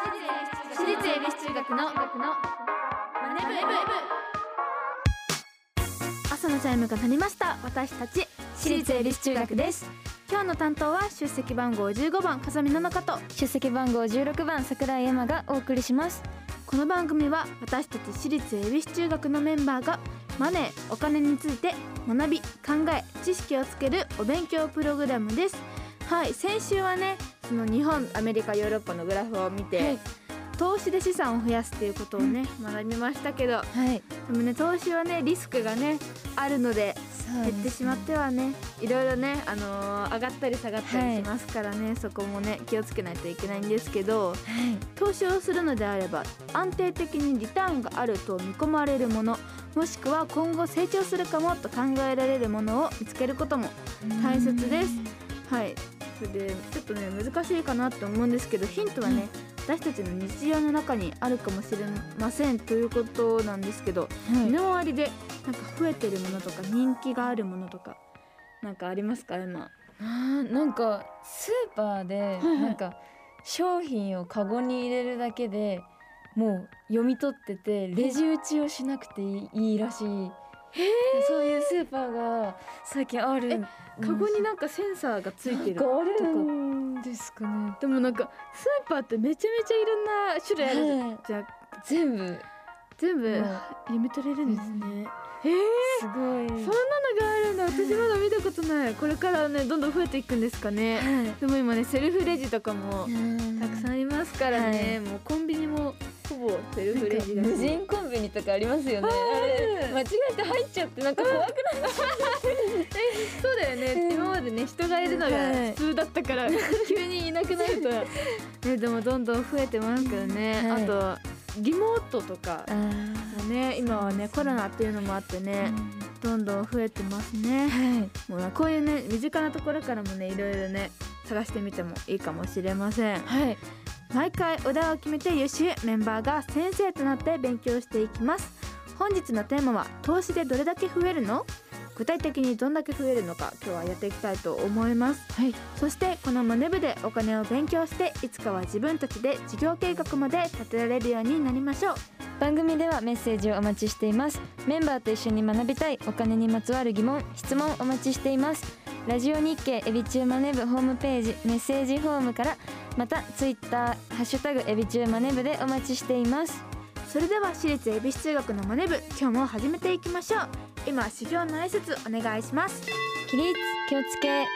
私立恵比寿中学のマネブ。朝のチャイムが鳴りました。私たち私立恵比寿中学です。今日の担当は出席番号15番風見の中と出席番号16番桜井エマがお送りします。 この番組は私たち私立恵比寿中学のメンバーがマネー、お金について学び、考え、知識をつけるお勉強プログラムです。はい、先週はね、その日本、アメリカ、ヨーロッパのグラフを見て、はい、投資で資産を増やすっていうことをね、学びましたけど、はい、でもね、投資はね、リスクがねあるので減ってしまってはね、いろいろね、上がったり下がったりしますからね、はい、そこもね気をつけないといけないんですけど、はい、投資をするのであれば安定的にリターンがあると見込まれるもの、もしくは今後成長するかもと考えられるものを見つけることも大切です。はい、それでちょっとね難しいかなと思うんですけど、ヒントはね、私たちの日常の中にあるかもしれませんということなんですけど、身の回りでなんか増えてるものとか人気があるものとかなんかありますか今？ なんかスーパーでなんか商品をカゴに入れるだけでもう読み取っててレジ打ちをしなくていいらしい。そういうスーパーが最近ある。 カゴになんかセンサーがついてるとかあるんですかね。 でもなんかスーパーってめちゃめちゃいろんな種類あるじゃん、全部読み取れるんですね。 すごい。そんなのがあるんだ。私まだ見たことない。これからねどんどん増えていくんですかね。でも今ねセルフレジとかもたくさんありますからね、もうコンビニもほぼセルフレジだし、 無人コンビニとかありますよね。あれ間違えて入っちゃってなんか怖くない？ そうだよね。今までね人がいるのが普通だったから急にいなくなるとね、でもどんどん増えてますけどね、あとリモートとかもね、今はねコロナっていうのもあってね、どんどん増えてますね。もうこういうね身近なところからもねいろいろね探してみてもいいかもしれません。毎回お題を決めて優秀メンバーが先生となって勉強していきます。本日のテーマは投資でどれだけ増えるの？具体的にどんだけ増えるのか今日はやっていきたいと思います。そしてこのマネ部でお金を勉強していつかは自分たちで事業計画まで立てられるようになりましょう。 番組ではメッセージをお待ちしています。メンバーと一緒に学びたいお金にまつわる疑問、質問お待ちしています。ラジオ日経エビチューマネ部ホームページメッセージフォームから、またツイッターハッシュタグエビチューマネ部でお待ちしています。 それでは私立恵比寿中学のマネ部、今日も始めていきましょう。今修行の挨拶お願いします。 起立、気をつけ、礼。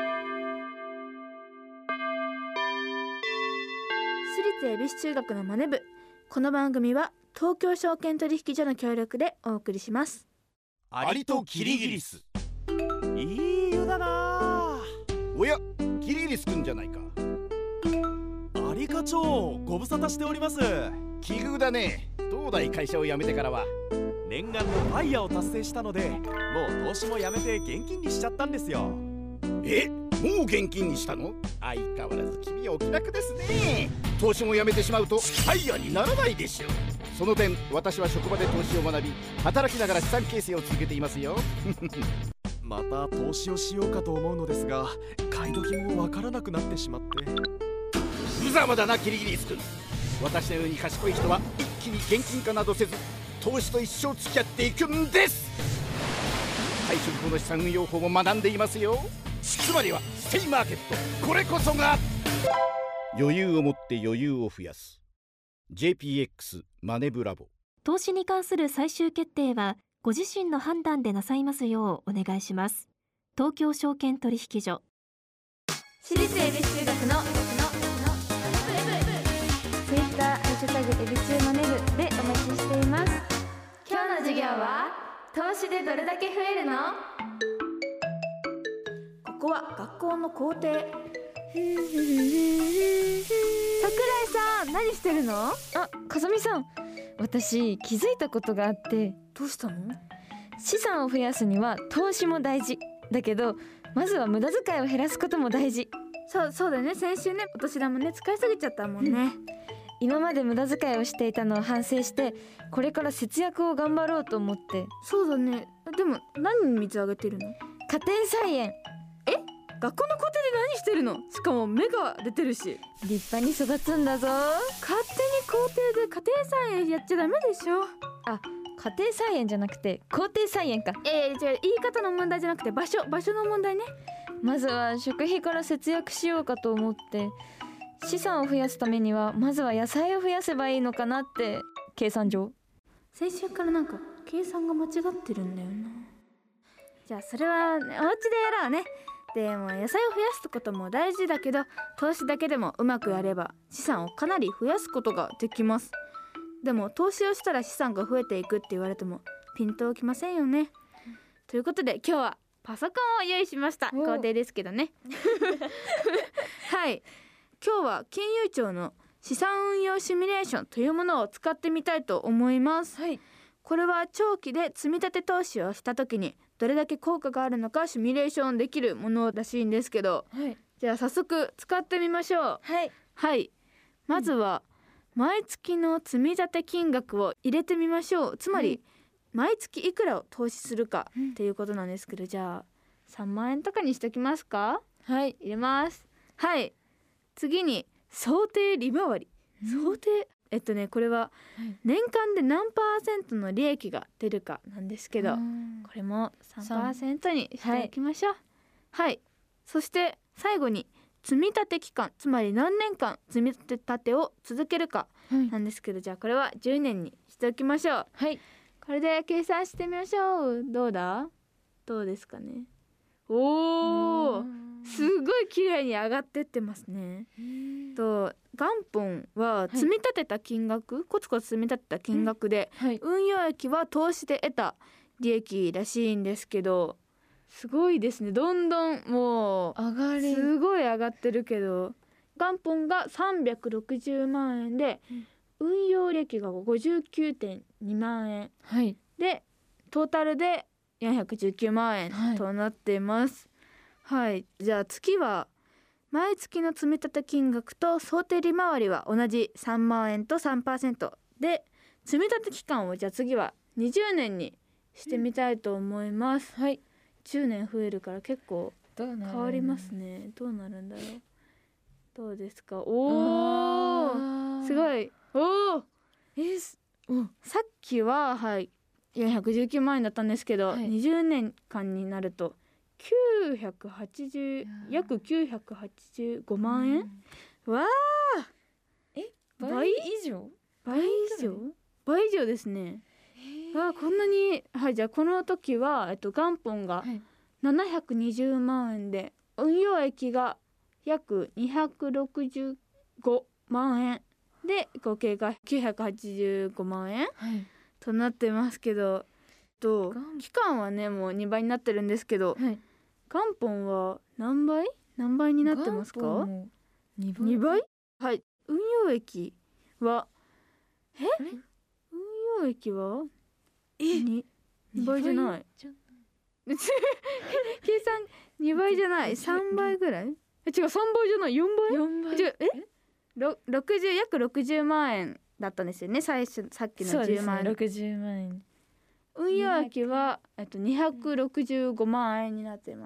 私立恵比寿中学のマネ部、この番組は東京証券取引所の協力でお送りします。 アリとキリギリス、いい湯だな。 おや、キリギリスくんじゃないか。 アリ課長、ご無沙汰しております。 奇遇だね。東大会社を辞めてからは念願のファイヤーを達成したので、もう投資もやめて現金にしちゃったんですよ。 もう現金にしたの？相変わらず君はお気楽ですね。投資もやめてしまうとファイヤーにならないでしょう。その点私は職場で投資を学び、働きながら資産形成を続けていますよ。 また投資をしようかと思うのですが、買い時もわからなくなってしまって。 無様だなキリギリス君。私のように賢い人は一気に現金化などせず、投資と一生付き合っていくんです。退職後の資産運用法も学んでいますよ。つまりはステイマーケット、これこそが余裕を持って余裕を増やす JPX マネブラボ。 投資に関する最終決定はご自身の判断でなさいますようお願いします。東京証券取引所。 私立恵比寿中学のツイッターハッシュタグエビチューマネ部でお待ちしています。 今日の授業は投資でどれだけ増えるの？ここは学校の校庭。桜井さん、何してるの？ 風見さん、私気づいたことがあって。 どうしたの？ 資産を増やすには投資も大事だけど、まずは無駄遣いを減らすことも大事。 そうだね。先週ね、お年玉ね使いすぎちゃったもんね。 今まで無駄遣いをしていたのを反省して、これから節約を頑張ろうと思って。 そうだね。でも何に水あげてるの？ 家庭菜園。 学校の校庭で何何してるの？しかも芽が出てるし。 立派に育つんだぞ。 勝手に校庭で家庭菜園やっちゃダメでしょ。 家庭菜園じゃなくて校庭菜園か。 違う、言い方の問題じゃなくて場所の問題ね。 まずは食費から節約しようかと思って、資産を増やすためにはまずは野菜を増やせばいいのかなって。計算上先週からなんか計算が間違ってるんだよな。じゃあそれは、ね、お家でやろうね。でも野菜を増やすことも大事だけど、投資だけでもうまくやれば資産をかなり増やすことができます。でも投資をしたら資産が増えていくって言われてもピンときませんよね。ということで今日はパソコンを用意しました。工程ですけどねはい、今日は金融庁の資産運用シミュレーションというものを使ってみたいと思います。これは長期で積み立て投資をした時にどれだけ効果があるのかシミュレーションできるものらしいんですけど、じゃあ早速使ってみましょう。まずは毎月の積み立て金額を入れてみましょう。つまり、毎月いくらを投資するかっていうことなんですけど、じゃあ3万円とかにしときますか。入れます。次に想定利回り。想定これは年間で何%の利益が出るかなんですけど、これも 3% にしておきましょう。そして最後に積み立て期間、つまり何年間積み立てを続けるかなんですけど、じゃあこれは10年にしておきましょう。これで計算してみましょう。どうですかね。おー、すごい綺麗に上がってってますね。元本は積み立てた金額、コツコツ積み立てた金額で、運用益は投資で得た利益らしいんですけど、すごいですね。どんどんもうすごい上がってるけど、元本が360万円で、運用利益が 59.2 万円、でトータルで419万円となっています。じゃあ次は毎月の積み立て金額と想定利回りは同じ3万円と 3% で、積み立て期間をじゃあ次は20年にしてみたいと思います。10年増えるから結構変わりますね。どうなるんだろう。どうですか。おー、すごい。さっきは419万円だったんですけど、20年間になると約985万円、わー、倍以上ですね。こんなに。じゃあこの時は、元本が720万円で、運用益が約265万円で、合計が985万円となってますけど、期間はねもう2倍になってるんですけど、元本は何倍になってますか。2倍。運用益は2倍じゃない計算2倍じゃない、3倍ぐらい。違う、3倍じゃない、4倍。違う、約60万円だったんですよね、さっきの10万円。 60万円。 運用益は265万円になっています。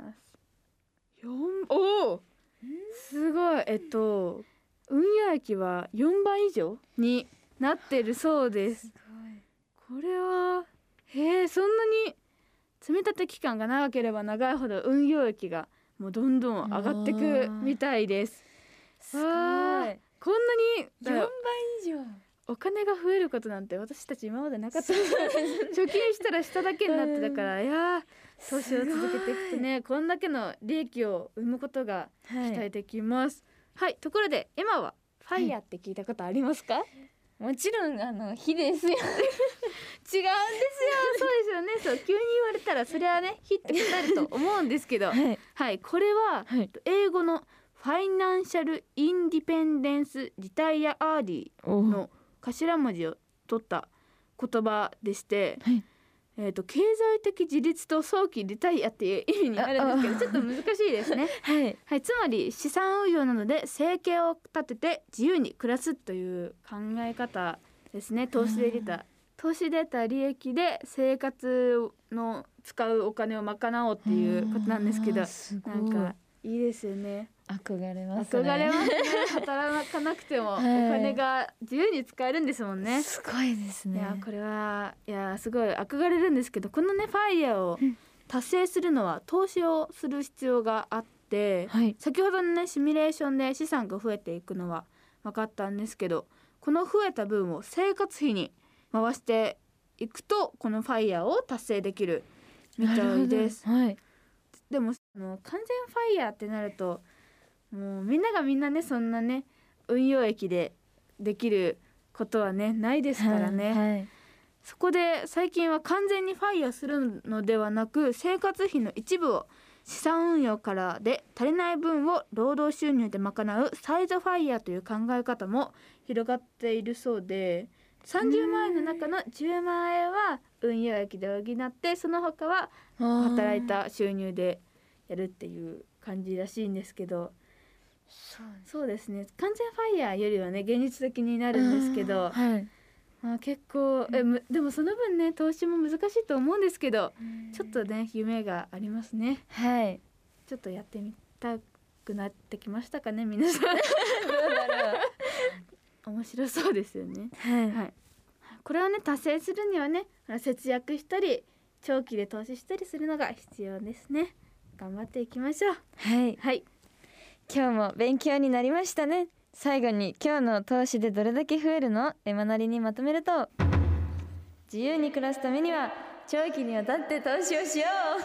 すごい。運用益は4倍以上になってるそうです。これはそんなに積み立て期間が長ければ長いほど運用益がもうどんどん上がってくみたいです。すごい。こんなに 4倍以上お金が増えることなんて私たち今までなかった貯金したら下だけになってたから、いや投資を続けていくとね、こんだけの利益を生むことが期待できます。ところでエマはファイヤーって聞いたことありますか。 もちろん火ですよ。 違うんですよ。そうですよね。急に言われたらそれはね火って答えると思うんですけど、これは、英語のファイナンシャルインディペンデンスリタイアアーリーの頭文字を取った言葉でして、経済的自立と早期リタイアっていう意味になるんですけど、ちょっと難しいですね。つまり資産運用なので生計を立てて自由に暮らすという考え方ですね。投資で得た利益で生活の使うお金を賄おうっていうことなんですけど、なんかいいですよね。 憧れますね。 憧れますね。働かなくてもお金が自由に使えるんですもんね。 すごいですね。 いやこれはいやすごい憧れるんですけど、このねファイヤーを達成するのは投資をする必要があって、 はい、 先ほどのねシミュレーションで資産が増えていくのは分かったんですけど、この増えた分を生活費に回していくとこのファイヤーを達成できるみたいです。 はい、 でも完全ファイヤーってなるともうみんながみんなねそんなね運用益でできることはねないですからね、 はいはい、 そこで最近は完全にファイヤーするのではなく、生活費の一部を資産運用からで足りない分を労働収入で賄うサイドファイヤーという考え方も広がっているそうで、30万円の中の10万円は運用益で補って、その他は働いた収入でやるっていう感じらしいんですけど、そうですね、完全ファイヤーよりはね現実的になるんですけど、 はい、 結構でもその分ね投資も難しいと思うんですけど、ちょっとね夢がありますね。 はい、 ちょっとやってみたくなってきましたかね皆さん。どうだろう。面白そうですよね。 はい、 はい、これをね達成するにはね節約したり長期で投資したりするのが必要ですね。頑張っていきましょう。 はい、 はい、 今日も勉強になりましたね。最後に今日の投資でどれだけ増えるのエマなりにまとめると、自由に暮らすためには長期にわたって投資をしよう。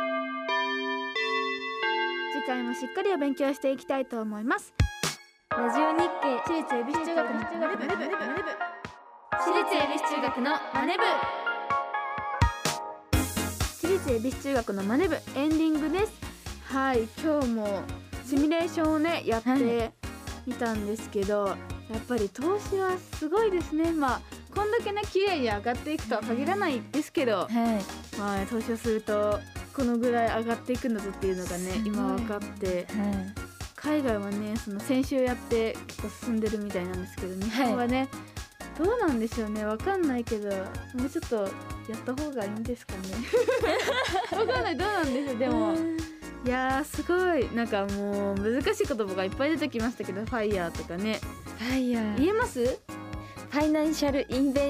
次回もしっかりお勉強していきたいと思います。 ラジオ日経私立恵比寿中学のマネ部、私立恵比寿中学のマネ部、私立恵比寿中学のマネ部エンディングです。はい、今日もシミュレーションをねやってみたんですけど、やっぱり投資はすごいですね。こんだけね綺麗に上がっていくとは限らないですけど、投資をするとこのぐらい上がっていくんだぞっていうのがね今分かって、海外はねその先週やって結構進んでるみたいなんですけど、日本はね、どうなんでしょうね、分かんないけどもうちょっとやった方がいいんですかね。分かんない、どうなんでしょう。でもいやすごいなんかもう難しい言葉がいっぱい出てきましたけど、ファイヤーとかね、 ファイヤー言えます？ ファイナンシャルインデ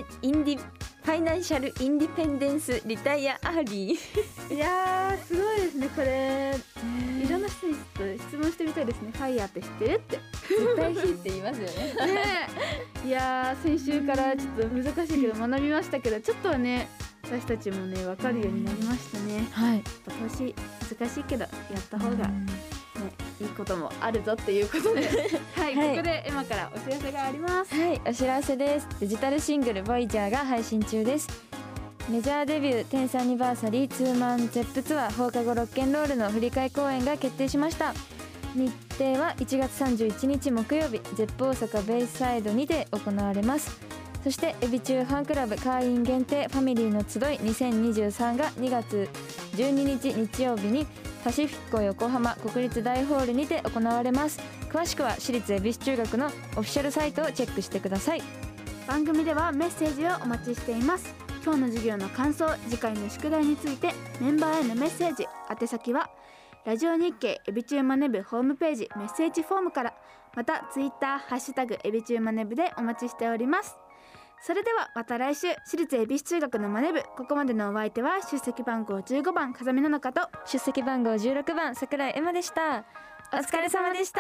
ィペンデンスリタイアアーリー。 いやすごいですねこれ。いろんな人にちょっと質問してみたいですね。ファイヤーって知ってるって絶対非って言いますよね。 いや先週からちょっと難しいけど学びましたけど、ちょっとはね私たちもね分かるようになりましたね。 はい、 投資難しいけどやった方がねいいこともあるぞっていうことではい、ここでエマからお知らせがあります。 はい、お知らせです。デジタルシングルボイジャーが配信中です。メジャーデビュー10thアニバーサリーツーマンゼップツアー放課後ロッケンロールの振り替え公演が決定しました。日程は1月31日木曜日、ゼップ大阪ベイサイドにて行われます。そしてエビ中ファンクラブ会員限定ファミリーの集い2023が2月12日日曜日にパシフィコ横浜国立大ホールにて行われます。詳しくは私立恵比寿中学のオフィシャルサイトをチェックしてください。 番組ではメッセージをお待ちしています。今日の授業の感想、次回の宿題についてメンバーへのメッセージ、宛先はラジオ日経エビチューマネ部ホームページメッセージフォームから、またツイッターハッシュタグエビチューマネ部でお待ちしております。それではまた来週。私立恵比寿中学のマネ部、ここまでのお相手は出席番号15番風見の中と出席番号16番桜井エマでした。お疲れ様でした。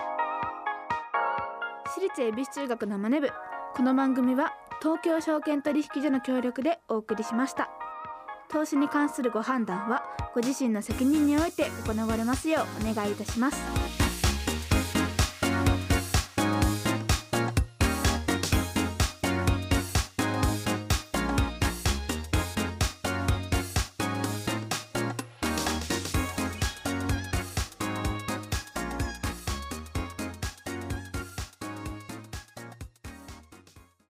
私立恵比寿中学のマネ部、この番組は東京証券取引所の協力でお送りしました。投資に関するご判断はご自身の責任において行われますようお願いいたします。